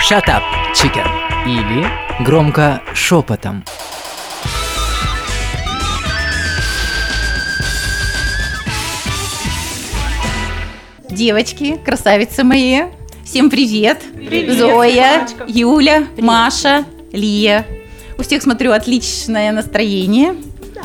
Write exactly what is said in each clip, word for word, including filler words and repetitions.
Shut up, chicken. Или громко шепотом. Девочки, красавицы мои, всем привет! Привет, Зоя, Машечка. Юля, Привет. Маша, Лия. У всех, смотрю, отличное настроение.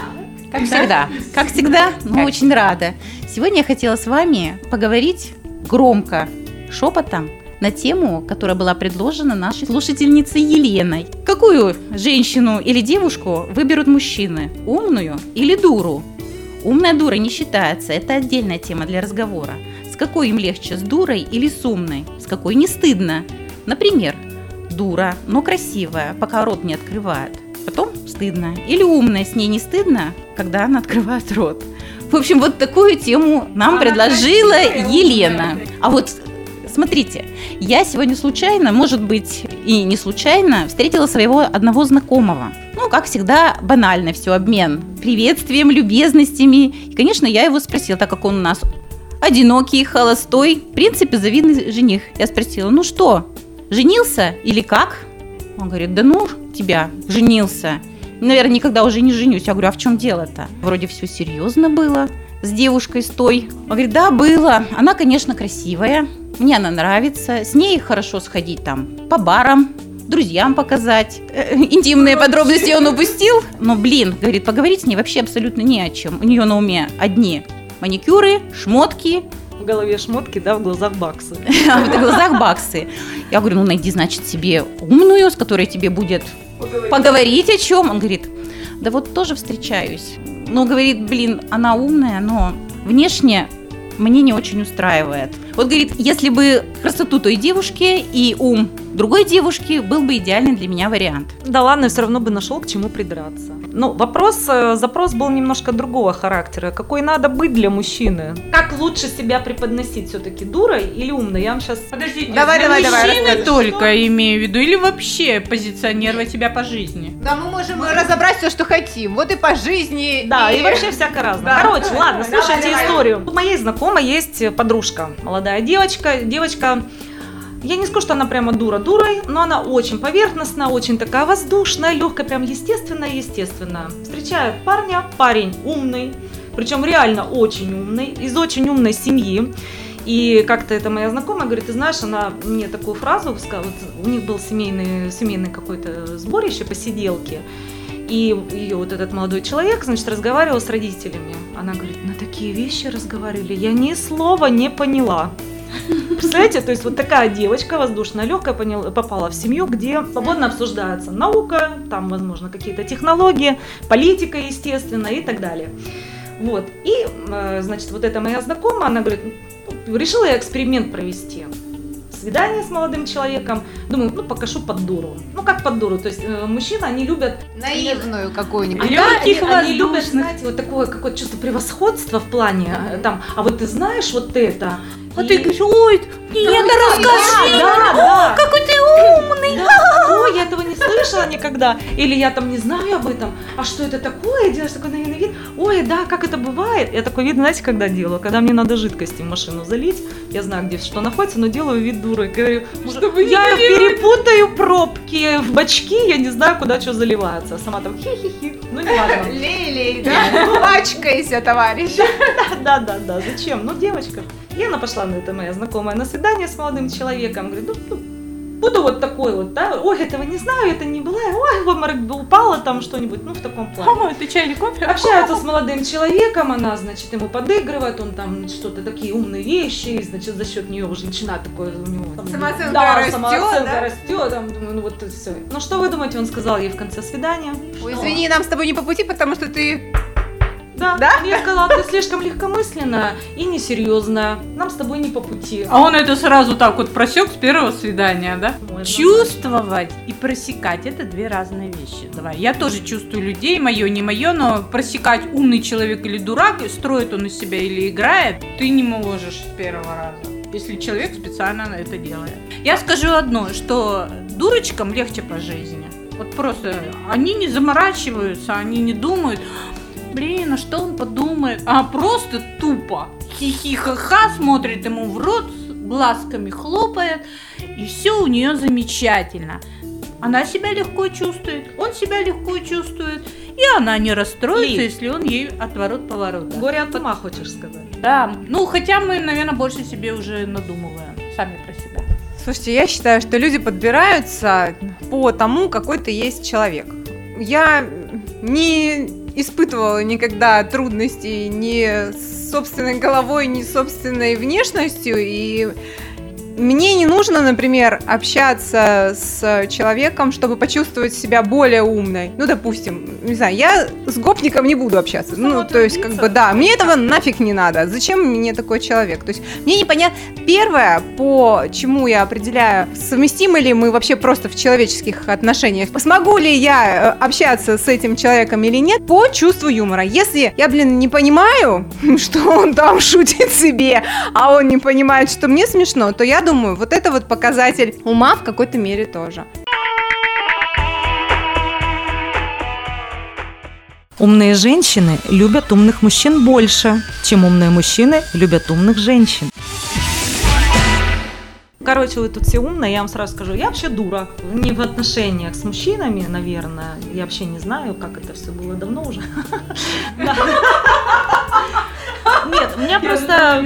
Как всегда. Как всегда, мы очень рады. Сегодня я хотела с вами поговорить громко, шепотом, на тему, которая была предложена нашей слушательницей Еленой. Какую женщину или девушку выберут мужчины? Умную или дуру? Умная дура не считается, это отдельная тема для разговора. С какой им легче, с дурой или с умной? С какой не стыдно? Например, дура, но красивая, пока рот не открывает. Потом стыдно. Или умная, с ней не стыдно, когда она открывает рот. В общем, вот такую тему нам она предложила Елена. А вот смотрите, я сегодня случайно, может быть и не случайно, встретила своего одного знакомого. Ну, как всегда, банально все, обмен приветствием, любезностями. И, конечно, я его спросила, так как он у нас одинокий, холостой, в принципе, завидный жених. Я спросила, ну что, женился или как? Он говорит, да ну тебя, женился. Наверное, никогда уже не женюсь. Я говорю, а в чем дело-то? Вроде все серьезно было с девушкой с той. Он говорит, да, было. Она, конечно, красивая. Мне она нравится. С ней хорошо сходить там по барам, друзьям показать. Э, интимные подробности он упустил. Но, блин, говорит, поговорить с ней вообще абсолютно не о чем. У нее на уме одни маникюры, шмотки. В голове шмотки, да, в глазах баксы. А в глазах баксы. Я говорю, ну найди, значит, себе умную, с которой тебе будет поговорить, поговорить о чем. Он говорит, да вот тоже встречаюсь. Ну, говорит, блин, она умная, но внешне мне не очень устраивает. Вот, говорит, если бы красоту той девушки и ум другой девушки был бы идеальный для меня вариант. Да ладно, все равно бы нашел к чему придраться. Ну, вопрос, запрос был немножко другого характера. Какой надо быть для мужчины? Как лучше себя преподносить все-таки, дурой или умной? Я вам сейчас... Подождите, давай, для давай, давай, мужчины расскажи, только что? имею в виду, или вообще позиционировать себя по жизни? Да, мы можем разобрать все, что хотим. Вот и по жизни. Да, и, и вообще всяко разное. Да. Короче, ладно, Давай, слушайте давай. историю. У моей знакомой есть подружка, молодая девочка. Девочка, я не скажу, что она прямо дура-дурой, но она очень поверхностная, очень такая воздушная, легкая, прям естественная-естественная. Встречает парня, парень умный, причем реально очень умный, из очень умной семьи. И как-то эта моя знакомая говорит, ты знаешь, она мне такую фразу сказала, вот у них был семейный, семейный какой-то сборище, посиделки. И ее вот этот молодой человек, значит, разговаривал с родителями. Она говорит, на такие вещи разговаривали, я ни слова не поняла. Представляете, то есть вот такая девочка воздушная, легкая, поняла, попала в семью, где свободно обсуждается наука, там, возможно, какие-то технологии, политика, естественно, и так далее. Вот, и, значит, вот эта моя знакомая, она говорит, решила я эксперимент провести. Свидание с молодым человеком, думаю, ну, покажу под дуру. Ну, как под дуру, то есть э, мужчины, они любят... Наивную какую-нибудь. А да, они, Легких, они любят, воздушных. знаете, вот такое какое-то чувство превосходства в плане, э, там, а вот ты знаешь вот это... А и- ты говоришь, ой, нет, да расскажи, Да, да, какой ты умный. да. Ой, я этого не слышала никогда. Или я там не знаю об этом. А что это такое? Делаешь такой наивный вид. Ой, да, как это бывает? Я такой вид, знаете, когда делаю? Когда мне надо жидкости в машину залить. Я знаю, где что находится, но делаю вид дурой. Говорю, может, Чтобы не я заливать. перепутаю пробки в бачки, я не знаю, куда что заливается. Сама там хи-хи-хи. Ну, не важно. Лей-лей, да? Пачкайся, товарищ. Да, да, да, зачем? Ну, девочка. И она пошла, ну, это моя знакомая, на свидание с молодым человеком. Говорит, ну, ну, буду вот такой вот, да, ой, этого не знаю, это не была, ой, в обморок бы упала там что-нибудь, ну, в таком плане. Мама, ты чай или кофе? Общаются с молодым человеком, она, значит, ему подыгрывает, он там что-то, такие умные вещи, и, значит, за счет нее уже начинает такое у него. Там, Самооценка да, растет, самооценка да? растет, там, думаю, ну, вот это все. Ну, что вы думаете, он сказал ей в конце свидания? Ой, извини, нам с тобой не по пути, потому что ты... Да, Да? он ей сказал, ты слишком легкомысленная и несерьезная, нам с тобой не по пути. А он это сразу так вот просек с первого свидания, да? Ой, Чувствовать и просекать – это две разные вещи. Давай, я тоже чувствую людей, мое, не мое, но просекать, умный человек или дурак, строит он из себя или играет, ты не можешь с первого раза, если человек специально это делает. Я скажу одно, что дурочкам легче по жизни. Вот просто они не заморачиваются, они не думают, блин, а что он подумает? А просто тупо хихи-ха-ха смотрит ему в рот, глазками хлопает, и все у нее замечательно. Она себя легко чувствует, он себя легко чувствует, и она не расстроится, Ли. если он ей отворот-поворот. Да. Горе от ума, хочешь сказать? Да, ну хотя мы, наверное, больше себе уже надумываем сами про себя. Слушайте, я считаю, что люди подбираются по тому, какой ты есть человек. Я не испытывала никогда трудностей ни с собственной головой, ни с собственной внешностью, и мне не нужно, например, общаться с человеком, чтобы почувствовать себя более умной. Ну, допустим, не знаю, я с гопником не буду общаться. Ну, то есть, как бы, да, мне этого нафиг не надо. Зачем мне такой человек? То есть, мне непонятно. Первое, по чему я определяю, совместимы ли мы вообще просто в человеческих отношениях, смогу ли я общаться с этим человеком или нет, по чувству юмора. Если я, блин, не понимаю, что он там шутит себе, а он не понимает, что мне смешно, то я думаю, вот это вот показатель ума в какой-то мере тоже. Умные женщины любят умных мужчин больше, чем умные мужчины любят умных женщин. Короче, вы тут все умные, я вам сразу скажу, я вообще дура. Не в отношениях с мужчинами, наверное. Я вообще не знаю, как это все было давно уже. Нет, у меня просто...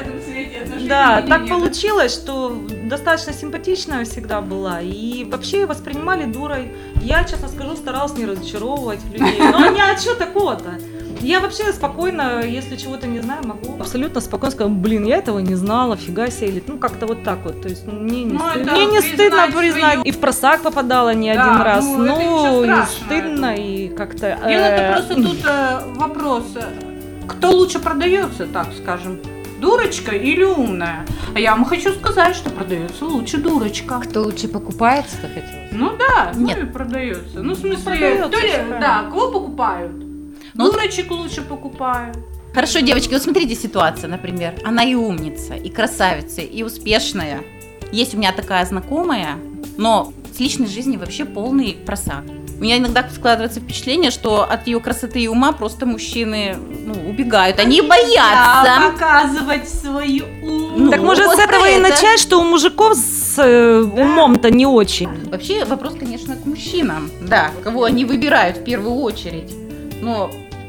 Да, так получилось, что достаточно симпатичная всегда была. И вообще воспринимали дурой. Я, честно скажу, старалась не разочаровывать людей. Но не, а что такого-то? Я вообще спокойно, если чего-то не знаю, могу абсолютно спокойно сказать, блин, я этого не знала, фига себе, или ну как-то вот так вот. То есть мне не, Ну, стыд- это мне не стыдно признать признать. свою- И в просак попадала не Да, один раз. ну, это Ну, ничего и страшного. стыдно, и как-то... Дело это э, просто тут э, вопрос, э, кто лучше продается, так скажем, дурочка или умная? А я вам хочу сказать, что продается лучше дурочка. Кто лучше покупается-то хотелось? Ну да, Нет. ну и продается. Ну, в смысле, Продается, то ли, правильно. да, кого покупают? Ну, Дурочек лучше покупают. Хорошо, девочки, вот смотрите ситуация, например. Она и умница, и красавица, и успешная. Есть у меня такая знакомая, но с личной жизни вообще полный просак. У меня иногда складывается впечатление, что от ее красоты и ума просто мужчины ну, убегают. Они боятся. Показывать свою ум. Ну, Так может вот с этого про и это. начать, что у мужиков с э, умом-то не очень. Вообще вопрос, конечно, к мужчинам. Да, кого они выбирают в первую очередь. Но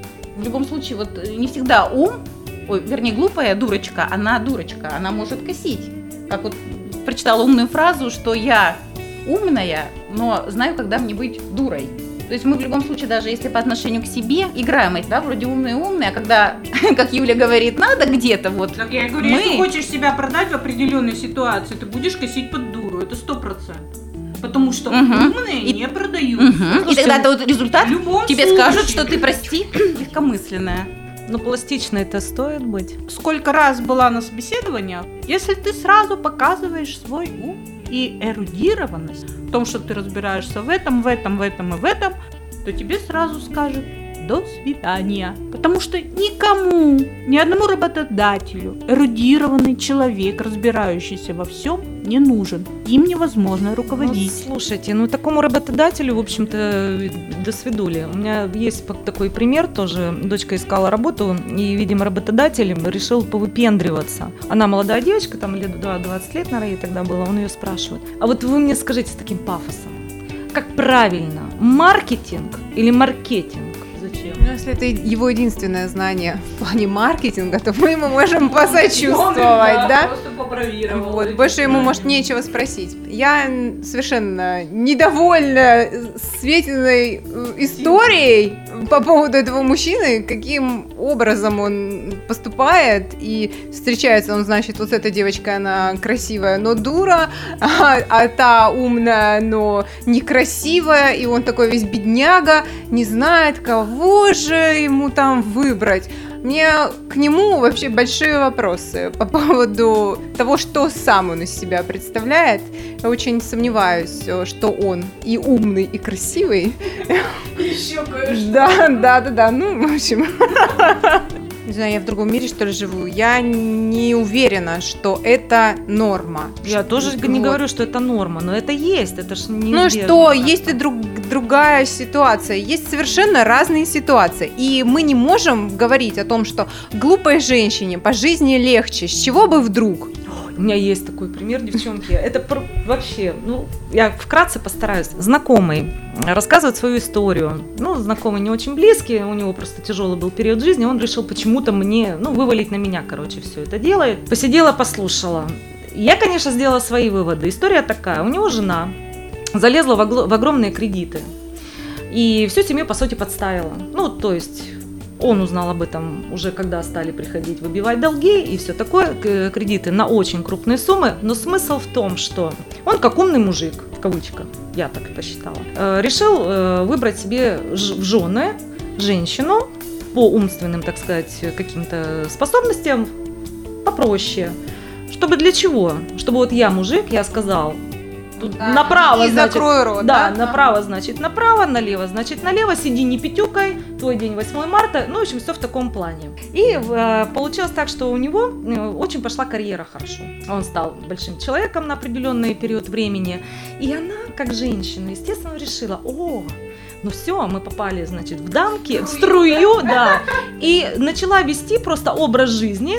в любом случае, вот не всегда ум, ой, вернее, глупая дурочка, она дурочка, она может косить. Как вот прочитала умную фразу, что я умная, но знаю, когда мне быть дурой. То есть мы в любом случае, даже если по отношению к себе, играем, да, вроде умные-умные, а когда, как Юля говорит, надо где-то вот. Так я говорю, Мы- если хочешь себя продать в определенной ситуации, ты будешь косить под дуру, это сто процентов. Потому что Мгм. умные И- не продаются. Мгм. И Слушайте, тогда вот результат в любом тебе случае. скажут, что ты, прости, легкомысленная. Ну, пластичной-то стоит быть. Сколько раз была на собеседованиях, если ты сразу показываешь свой ум и эрудированность в том, что ты разбираешься в этом, в этом, в этом и в этом, то тебе сразу скажут «до свидания». Потому что никому, ни одному работодателю эрудированный человек, разбирающийся во всем, не нужен. Им невозможно Ну, руководить. слушайте, ну такому работодателю, в общем-то, до свидули. У меня есть пок- такой пример тоже. Дочка искала работу, и, видимо, работодатель решил повыпендриваться. Она молодая девочка, там лет да, двадцать лет, наверное, ей тогда было, он ее спрашивает. А вот вы мне скажите с таким пафосом, как правильно, маркетинг или маркетинг? Зачем? Ну, если это его единственное знание в плане маркетинга, то мы ему можем посочувствовать, да? Просто побравировал. Вот, больше ему, может, нечего спросить. Я н- совершенно недовольна Светиной э, историей по поводу этого мужчины, каким образом он поступает, и встречается он, значит, вот эта девочка, она красивая, но дура, а, а та умная, но некрасивая, и он такой весь бедняга, не знает, кого же ему там выбрать. Мне к нему вообще большие вопросы по поводу того, что сам он из себя представляет. Я очень сомневаюсь, что он и умный, и красивый. Еще кое-что. Да, да, да, да. Ну, в общем. Не знаю, я в другом мире, что ли, живу. Я не уверена, что это норма. Я тоже не Вот. говорю, что это норма, но это есть, это ж не Ну что, есть и друг, другая ситуация, есть совершенно разные ситуации, и мы не можем говорить о том, что глупой женщине по жизни легче, с чего бы вдруг? У меня есть такой пример, девчонки. Это про... вообще, ну, я вкратце постараюсь. Знакомый рассказывает свою историю. Ну, знакомый не очень близкий, у него просто тяжелый был период жизни, он решил почему-то мне, ну, вывалить на меня, короче, все это дело. Посидела, послушала. Я, конечно, сделала свои выводы. История такая. У него жена залезла в, огло... в огромные кредиты. И всю семью, по сути, подставила. Ну, то есть... Он узнал об этом уже, когда стали приходить выбивать долги и все такое, кредиты на очень крупные суммы. Но смысл в том, что он, как умный мужик, в кавычках, я так это считала, решил выбрать себе в жены женщину по умственным, так сказать, каким-то способностям попроще. Чтобы для чего? Чтобы вот я мужик, я сказал... Да. Направо, и значит, закрой рот, да, да? направо, значит, направо, налево, значит, налево, сиди не пятюкой, твой день восьмое марта, ну, в общем, все в таком плане. И э, получилось так, что у него э, очень пошла карьера хорошо. Он стал большим человеком на определенный период времени, и она, как женщина, естественно, решила, о, ну все, мы попали, значит, в дамки, в струю, да, и начала вести просто образ жизни,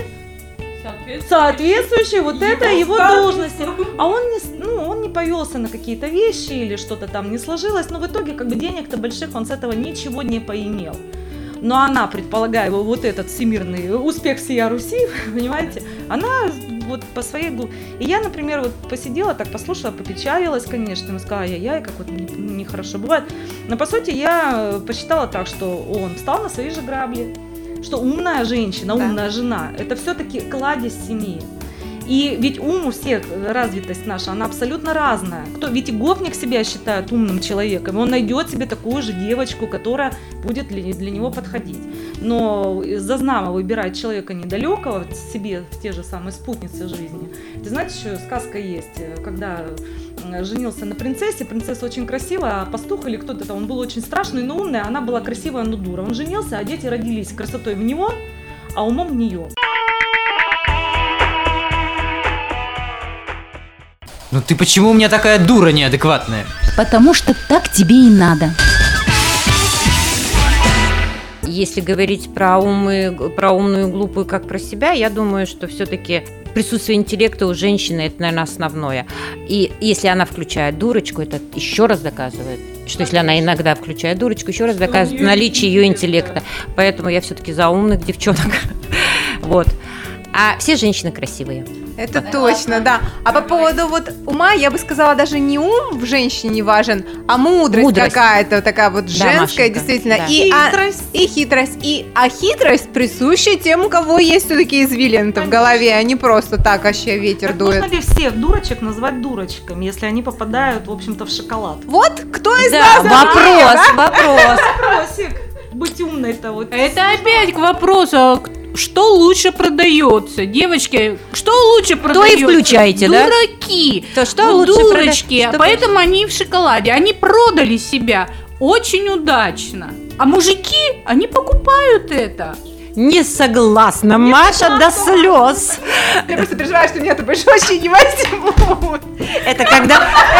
соответствующий вот это его должности. А он не, ну, он не повелся на какие-то вещи или что-то там не сложилось, но в итоге как бы денег-то больших он с этого ничего не поимел. Но она, предполагая вот этот всемирный успех всея Руси, понимаете, она вот по своей... И я, например, вот посидела, так послушала, попечалилась, конечно, и сказала, ай-яй-яй, как вот нехорошо бывает. Но по сути я посчитала так, что он встал на свои же грабли. Что умная женщина, да. умная жена, это все-таки кладезь семьи. И ведь ум у всех, развитость наша, она абсолютно разная. Кто, ведь и гопник себя считает умным человеком, он найдет себе такую же девочку, которая будет для, для него подходить. Но зазнамо выбирать человека недалекого себе в те же самые спутницы жизни. Ты знаешь, еще сказка есть, когда женился на принцессе, принцесса очень красивая, а пастух или кто-то там, он был очень страшный, но умный, она была красивая, но дура. Он женился, а дети родились красотой в него, а умом в нее. Ну ты почему у меня такая дура неадекватная? Потому что так тебе и надо. Если говорить про, умы, про умную и глупую как про себя, я думаю, что все-таки присутствие интеллекта у женщины – это, наверное, основное. И если она включает дурочку, это еще раз доказывает, что если она иногда включает дурочку, еще раз доказывает наличие ее интеллекта. Поэтому я все-таки за умных девчонок. Вот. А все женщины красивые. Это точно, да. А по поводу вот ума, я бы сказала, даже не ум в женщине важен, а мудрость, мудрость. какая-то такая вот женская, да, действительно. Да. И, хитрость. А, и хитрость. И, а хитрость присуща тем, у кого есть все-таки извилины в голове, а не просто так вообще ветер так дует. можно ли всех дурочек назвать дурочками, если они попадают, в общем-то, в шоколад? Вот, кто из да, нас? Вопрос, да? вопрос. Вопросик. Быть умной-то вот. Это опять к вопросу, что лучше продается, девочки, что лучше продается? То и включайте, да? Дураки, То что вот лучше дурочки, прода... поэтому что они в шоколаде, они продали себя очень удачно, а мужики, они покупают это. Не согласна, не Маша, согласна. До слез. Я просто переживаю, что меня-то больше вообще не возьмут. Это когда...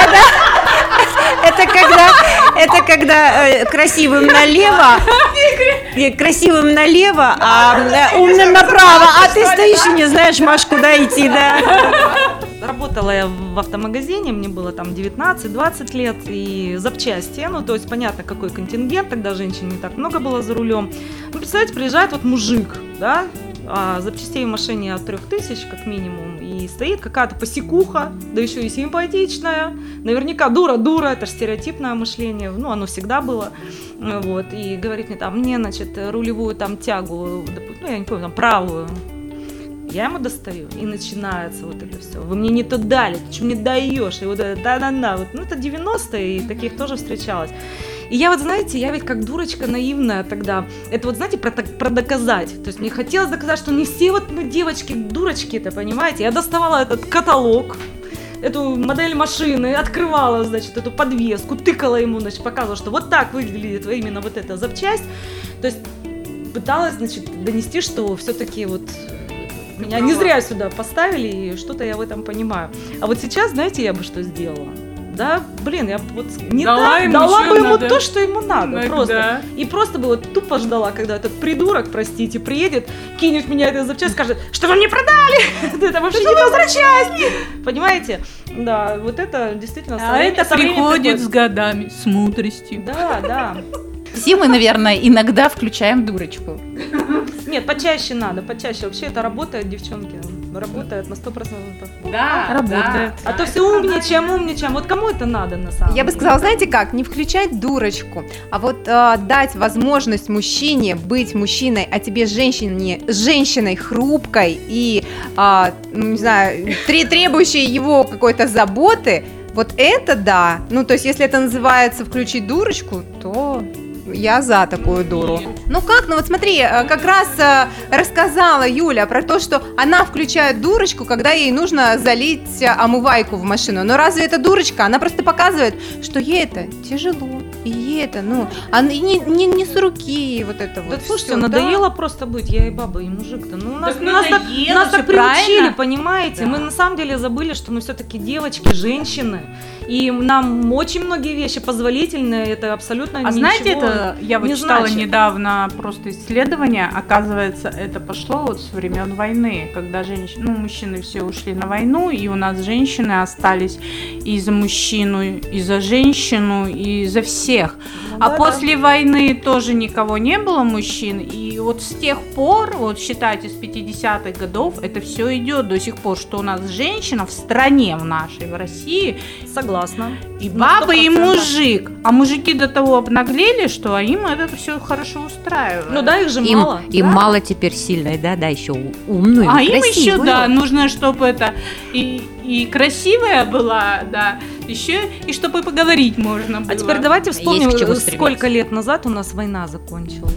Это когда, это когда э, красивым налево, красивым налево, а э, умным направо, а ты стоишь и не знаешь, Маш, куда идти, да? Работала я в автомагазине, мне было там девятнадцать-двадцать лет, и запчасти, ну, то есть понятно, какой контингент, тогда женщин не так много было за рулем. Ну, представляете, приезжает вот мужик, да, а запчастей в машине от трех тысяч, как минимум, и стоит какая-то посекуха, да еще и симпатичная, наверняка дура-дура, это же стереотипное мышление, ну, оно всегда было, вот, и говорит мне там, мне, значит, рулевую там тягу, ну, я не помню, там, правую, я ему достаю, и начинается вот это все. Вы мне не то дали, ты что мне даешь? И вот это да-да-да. Вот, ну, это девяностые, и таких тоже встречалось. И я вот, знаете, я ведь как дурочка наивная тогда, это вот, знаете, про, про доказать. То есть мне хотелось доказать, что не все вот мы девочки дурочки, это понимаете? Я доставала этот каталог, эту модель машины, открывала, значит, эту подвеску, тыкала ему, значит, показывала, что вот так выглядит именно вот эта запчасть. То есть пыталась, значит, донести, что все-таки вот... Меня не зря сюда поставили, и что-то я в этом понимаю. А вот сейчас, знаете, я бы что сделала? да, блин, я вот не Дала так, ему, дала что бы ему надо. то, что ему надо, Ну, просто. да. И просто бы вот тупо ждала, когда этот придурок, простите, приедет, кинет меня этой запчасть, скажет, что вы мне продали, это вообще не та запчасть, понимаете? Да, вот это действительно со А временем- это со временем приходит с такое. годами, с мудростью. Да, да. Все мы, наверное, иногда включаем дурочку. Нет, почаще надо, почаще. Вообще это работает, девчонки. Работает на сто процентов. Да, Работает. А то все умничаем, умничаем. Вот кому это надо на самом деле? Я бы сказала, знаете как, не включать дурочку, а вот э, дать возможность мужчине быть мужчиной, а тебе женщине, женщиной хрупкой и, э, ну, не знаю, тре- требующей его какой-то заботы, вот это да. Ну, то есть, если это называется включить дурочку, то я за такую дуру. Ну как, ну вот смотри, э, как раз э, рассказала Юля про то, что она включает дурочку, когда ей нужно залить э, омывайку в машину. Но разве это дурочка? Она просто показывает, что ей это тяжело, и ей это, ну, а не, не, не с руки, вот это вот. Да слушайте, всё, надоело просто быть, я и баба, и мужик-то. Ну, нас, Так нас так, надоело нас же, так приучили, правильно? понимаете? Да. Мы на самом деле забыли, что мы все-таки девочки, женщины. И нам очень многие вещи позволительны, это абсолютно А ничего знаете, это я вот не читала значит. недавно просто исследование, оказывается, это пошло вот с времен войны, когда женщины, ну, мужчины все ушли на войну, и у нас женщины остались и за мужчину, и за женщину, и за всех. Ну а да, после войны тоже никого не было мужчин, и вот с тех пор, вот считайте, с пятидесятых годов, это все идет до сих пор, что у нас женщина в стране, в нашей, в России, Согласна. и На баба, и сто процентов. мужик. А мужики до того обнаглели, что им это все хорошо устраивает. Ну да, их же Им, мало. им Да. мало теперь сильной, да, да, еще у- умную, А им красивую. еще, да, нужно, чтобы это и, и красивая была, да, еще и чтобы поговорить можно было. А теперь давайте вспомним, Есть к чему э, стремиться. сколько лет назад у нас война закончилась.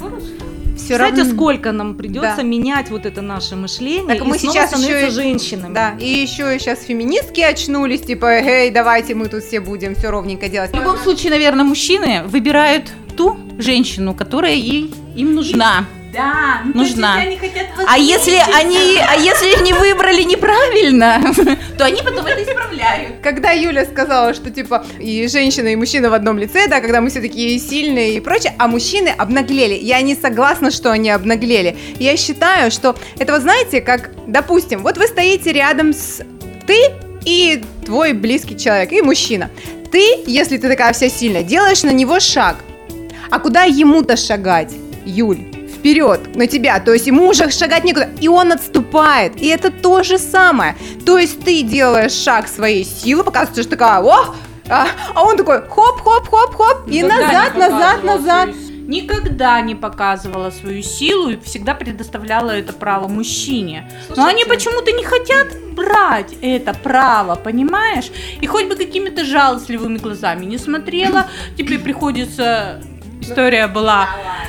Все Знаете, равно. сколько нам придется Да. менять вот это наше мышление Так и мы снова сейчас становиться еще и- женщинами. Да, и еще и сейчас феминистки очнулись, типа, эй, давайте мы тут все будем все ровненько делать. В любом случае, наверное, мужчины выбирают ту женщину, которая ей, им нужна. Да, ну, Нужна. то есть, если они хотят А если они, а если они выбрали неправильно, то они потом это исправляют. Когда Юля сказала, что типа и женщина, и мужчина в одном лице, да, когда мы все такие сильные и прочее, а мужчины обнаглели. Я не согласна, что они обнаглели. Я считаю, что это вот знаете, как, допустим, вот вы стоите рядом с ты и твой близкий человек, и мужчина. Ты, если ты такая вся сильная, делаешь на него шаг. А куда ему-то шагать, Юль? Вперед, на тебя, то есть ему уже шагать некуда, и он отступает, и это то же самое, то есть ты делаешь шаг своей силы, показываешь, что такая, ох, а, а он такой, хоп-хоп-хоп-хоп, и Никогда назад, не назад, показывала назад. свою- Никогда не показывала свою силу и всегда предоставляла это право мужчине. Но они почему-то не хотят брать это право, понимаешь? И хоть бы какими-то жалостливыми глазами не смотрела, тебе приходится... История была...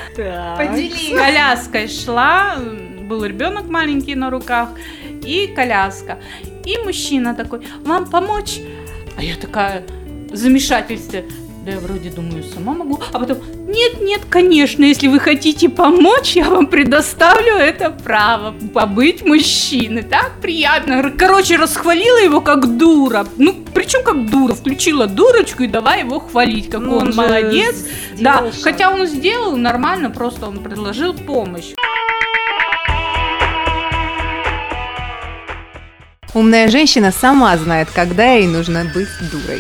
С коляской шла, был ребенок маленький на руках, и коляска. И мужчина такой, вам помочь? А я такая, в замешательстве. Да я вроде думаю, сама могу. А потом, нет, нет, конечно, если вы хотите помочь, я вам предоставлю это право побыть мужчиной. Так приятно. Короче, расхвалила его как дура. Ну, причем как дура. Включила дурочку и давай его хвалить, какой Ну, он, он же молодец. Да, сделал шаг. хотя он сделал нормально, просто он предложил помощь. Умная женщина сама знает, когда ей нужно быть дурой.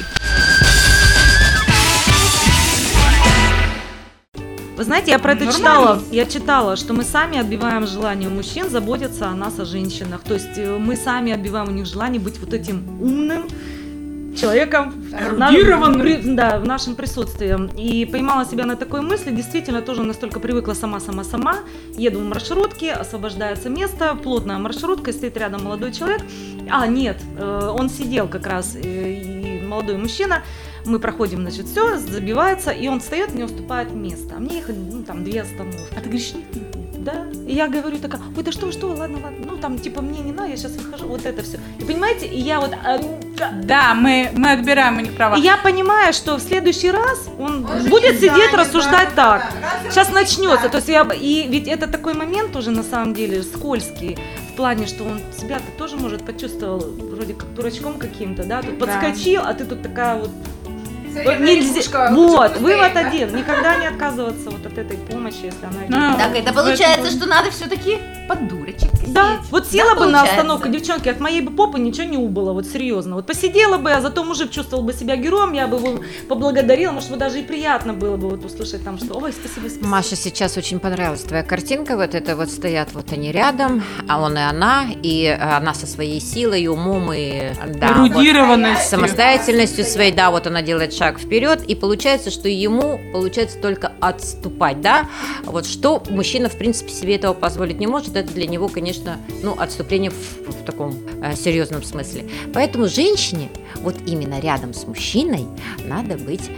Вы знаете, я про это Нормально. читала. Я читала, что мы сами отбиваем желание у мужчин заботиться о нас, о женщинах. То есть э, мы сами отбиваем у них желание быть вот этим умным человеком в на- Эрудированным. при- да, в нашем присутствии. И поймала себя на такой мысли, действительно тоже настолько привыкла сама-сама-сама. Еду в маршрутке, освобождается место, плотная маршрутка, стоит рядом молодой человек. А, нет, э, он сидел как раз, э, и молодой мужчина. Мы проходим, значит, все, забивается, и он встает, мне уступает место. А мне ехать, ну, там, две остановки. А ты говоришь, нет, нет, нет. Да, и я говорю такая, ой, да что, что, ладно, ладно, ну там типа мне не надо, я сейчас выхожу, вот это все. И понимаете, и я вот, а, Да, мы, мы отбираем у них права. и я понимаю, что в следующий раз он, будет сидеть, рассуждать так. Сейчас начнется, то есть я, и ведь это такой момент уже на самом деле скользкий. В плане, что он себя-то тоже, может, почувствовал вроде как дурачком каким-то, да, тут подскочил, а ты тут такая вот... Вот, нельзя... вот вывод да? один, никогда не отказываться вот от этой помощи, если она идет. Ну, так это получается, что надо все-таки под дурочек сидеть. Да, вот села да, бы на остановку, девчонки, от моей бы попы ничего не убыло, вот серьезно. Вот посидела бы, а зато мужик чувствовал бы себя героем, я бы его поблагодарила, может, бы даже и приятно было бы вот услышать там, что ой, спасибо, спасибо. Маша, сейчас очень понравилась твоя картинка, вот это вот стоят вот они рядом, а он и она, и она со своей силой, и умом, и да, эрудированностью, вот, самостоятельностью своей, да, вот она делает шаг вперед, и получается, что ему получается только отступать, да, вот что мужчина, в принципе, себе этого позволить не может, это для него, конечно, ну, отступление в, в таком э, серьезном смысле. Поэтому женщине, вот именно рядом с мужчиной, надо быть,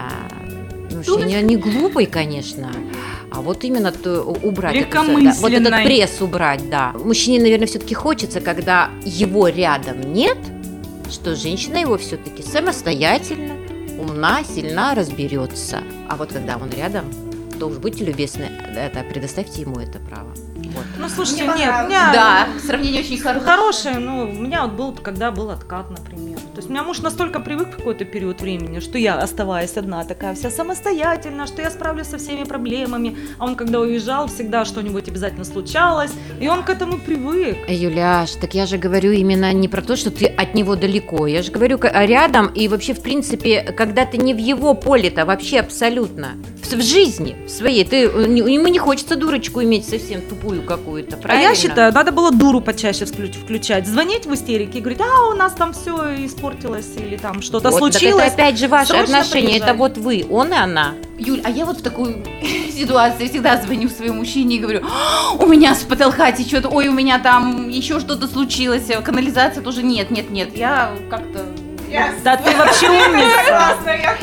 э, ну, не, не глупой, конечно, а вот именно то, убрать это, да, вот этот пресс убрать, да. Мужчине, наверное, все-таки хочется, когда его рядом нет, что женщина его все-таки самостоятельно, умна, сильна, разберется. А вот когда он рядом, то уж будьте любезны, это, предоставьте ему это право. Вот. Ну, слушайте, нет, у меня... Да, сравнение очень хорошее. Хорошее, ну, у меня вот был, когда был откат, например. То есть у меня муж настолько привык в какой-то период времени, что я, оставаясь одна, такая вся самостоятельная, что я справлюсь со всеми проблемами. А он, когда уезжал, всегда что-нибудь обязательно случалось, и он к этому привык. Юляш, так я же говорю именно не про то, что ты от него далеко. Я же говорю рядом, и вообще, в принципе, когда ты не в его поле-то, вообще абсолютно. В жизни своей. Ты, ему не хочется дурочку иметь совсем тупую какую-то, правильно? А я считаю, надо было дуру почаще включать. Звонить в истерике и говорить, а, у нас там все испортилось, или там что-то вот, случилось. Так это опять же ваши отношения, приезжать. Это вот вы, он и она. Юль, а я вот в такую ситуацию всегда звоню своему мужчине и говорю, у меня с потолка течет, ой, у меня там еще что-то случилось, канализация тоже нет, нет, нет, я как-то... Я да ты вообще умница.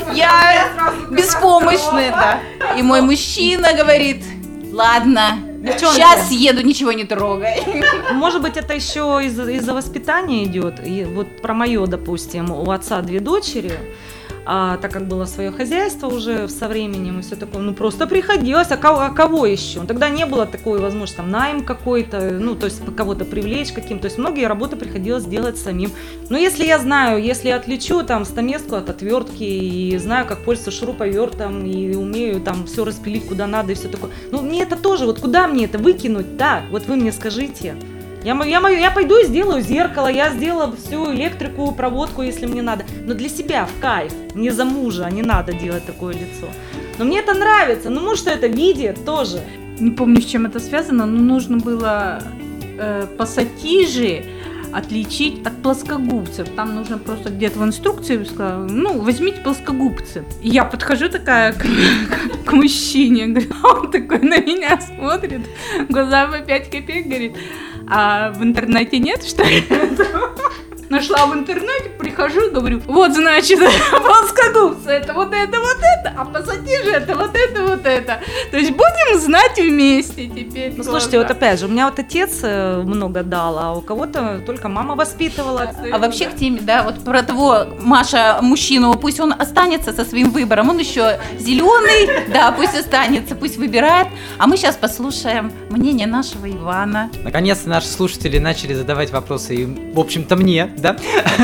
Я беспомощная, да. И мой мужчина говорит, ладно, сейчас еду, ничего не трогай. Может быть, это еще из-за, из-за воспитания идет. И вот про мое, допустим, у отца две дочери. А так как было свое хозяйство уже со временем и все такое, ну просто приходилось, а кого, а кого еще? Тогда не было такой возможности, там, найм какой-то, ну то есть кого-то привлечь каким, то есть многие работы приходилось делать самим. Но если я знаю, если я отличу там стамеску от отвертки и знаю, как пользоваться шуруповертом и умею там все распилить куда надо и все такое, ну мне это тоже, вот куда мне это выкинуть так, вот вы мне скажите. Я, я, я пойду и сделаю зеркало, я сделаю всю электрику, проводку, если мне надо. Но для себя, в кайф, не за мужа, не надо делать такое лицо. Но мне это нравится, ну муж-то это видит тоже. Не помню, с чем это связано, но нужно было э, пассатижи отличить от плоскогубцев. Там нужно просто где-то в инструкции сказать, ну, возьмите плоскогубцы. И я подхожу такая к, к мужчине, говорю, он такой на меня смотрит, глаза по пять копеек, говорит, а в интернете нет, что ли? Нашла в интернете, прихожу, говорю, вот, значит, плоскогубцы, это вот это, вот это, а пассатижи это вот это, вот это. То есть будем знать вместе теперь. Ну, слушайте, вот опять же, у меня вот отец много дал, а у кого-то только мама воспитывала. А вообще к теме, да, вот про того, Маша, мужчину, пусть он останется со своим выбором, он еще зеленый, да, пусть останется, пусть выбирает. А мы сейчас послушаем мнение нашего Ивана. Наконец-то наши слушатели начали задавать вопросы, и, в общем-то, мне, да?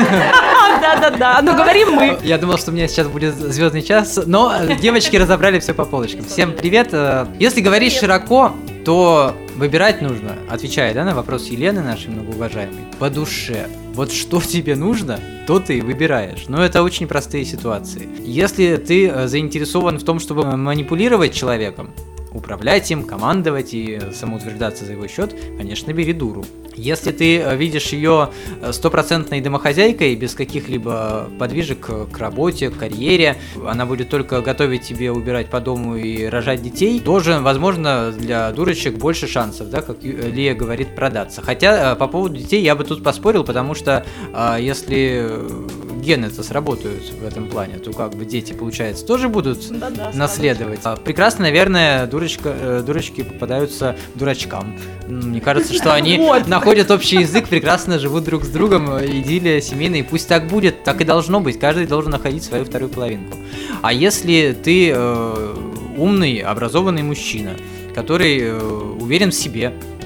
Да-да-да, ну говорим мы. Я думал, что у меня сейчас будет звездный час, но девочки разобрали все по полочкам. Всем привет. Если говорить широко, то выбирать нужно, отвечая, да, на вопрос Елены, нашей многоуважаемой, по душе. Вот что тебе нужно, то ты и выбираешь. Но это очень простые ситуации. Если ты заинтересован в том, чтобы манипулировать человеком, управлять им, командовать и самоутверждаться за его счет, конечно, бери дуру. Если ты видишь ее стопроцентной домохозяйкой, без каких-либо подвижек к работе, к карьере, она будет только готовить тебе, убирать по дому и рожать детей, тоже, возможно, для дурочек больше шансов, да, как Лия говорит, продаться. Хотя по поводу детей я бы тут поспорил, потому что если гены-то сработают в этом плане, то как бы дети, получается, тоже будут Да-да, наследовать. Прекрасно, наверное, дурочка, дурочки попадаются дурачкам. Мне кажется, что они находят общий язык, прекрасно живут друг с другом, идиллия семейная, и пусть так будет, так и должно быть, каждый должен находить свою вторую половинку. А если ты э, умный, образованный мужчина, который э, уверен в себе,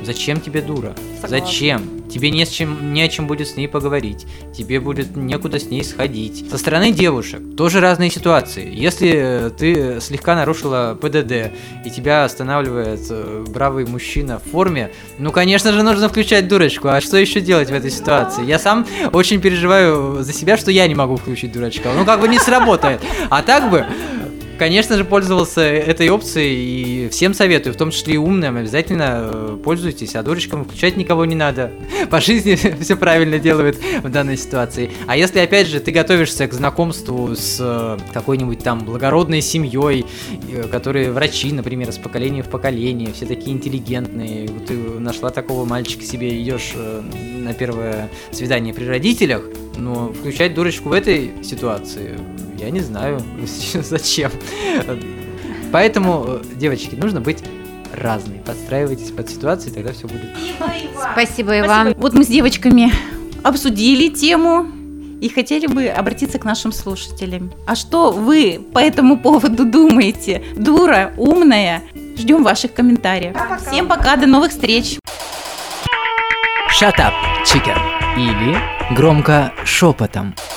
Зачем тебе дура? Согласна. Зачем? Тебе не, с чем, не о чем будет с ней поговорить. Тебе будет некуда с ней сходить. Со стороны девушек тоже разные ситуации. Если ты слегка нарушила ПДД, и тебя останавливает э, бравый мужчина в форме, ну, конечно же, нужно включать дурочку. А что еще делать в этой ситуации? Я сам очень переживаю за себя, что я не могу включить дурачка. Ну, как бы не сработает. А так бы... Конечно же, пользовался этой опцией и всем советую, в том числе и умным, обязательно пользуйтесь, а дурочкам включать никого не надо. По жизни все правильно делают в данной ситуации. А если, опять же, ты готовишься к знакомству с какой-нибудь там благородной семьей, которые врачи, например, с поколения в поколение, все такие интеллигентные, ты нашла такого мальчика себе, идешь на первое свидание при родителях, но включать дурочку в этой ситуации, я не знаю, зачем. Поэтому, девочки, нужно быть разной. Подстраивайтесь под ситуацию, и тогда все будет. Спасибо и вам. Вот мы с девочками обсудили тему и хотели бы обратиться к нашим слушателям. А что вы по этому поводу думаете? Дура, умная? Ждем ваших комментариев. Всем пока, до новых встреч. Shut up, chicken. Или громко шепотом.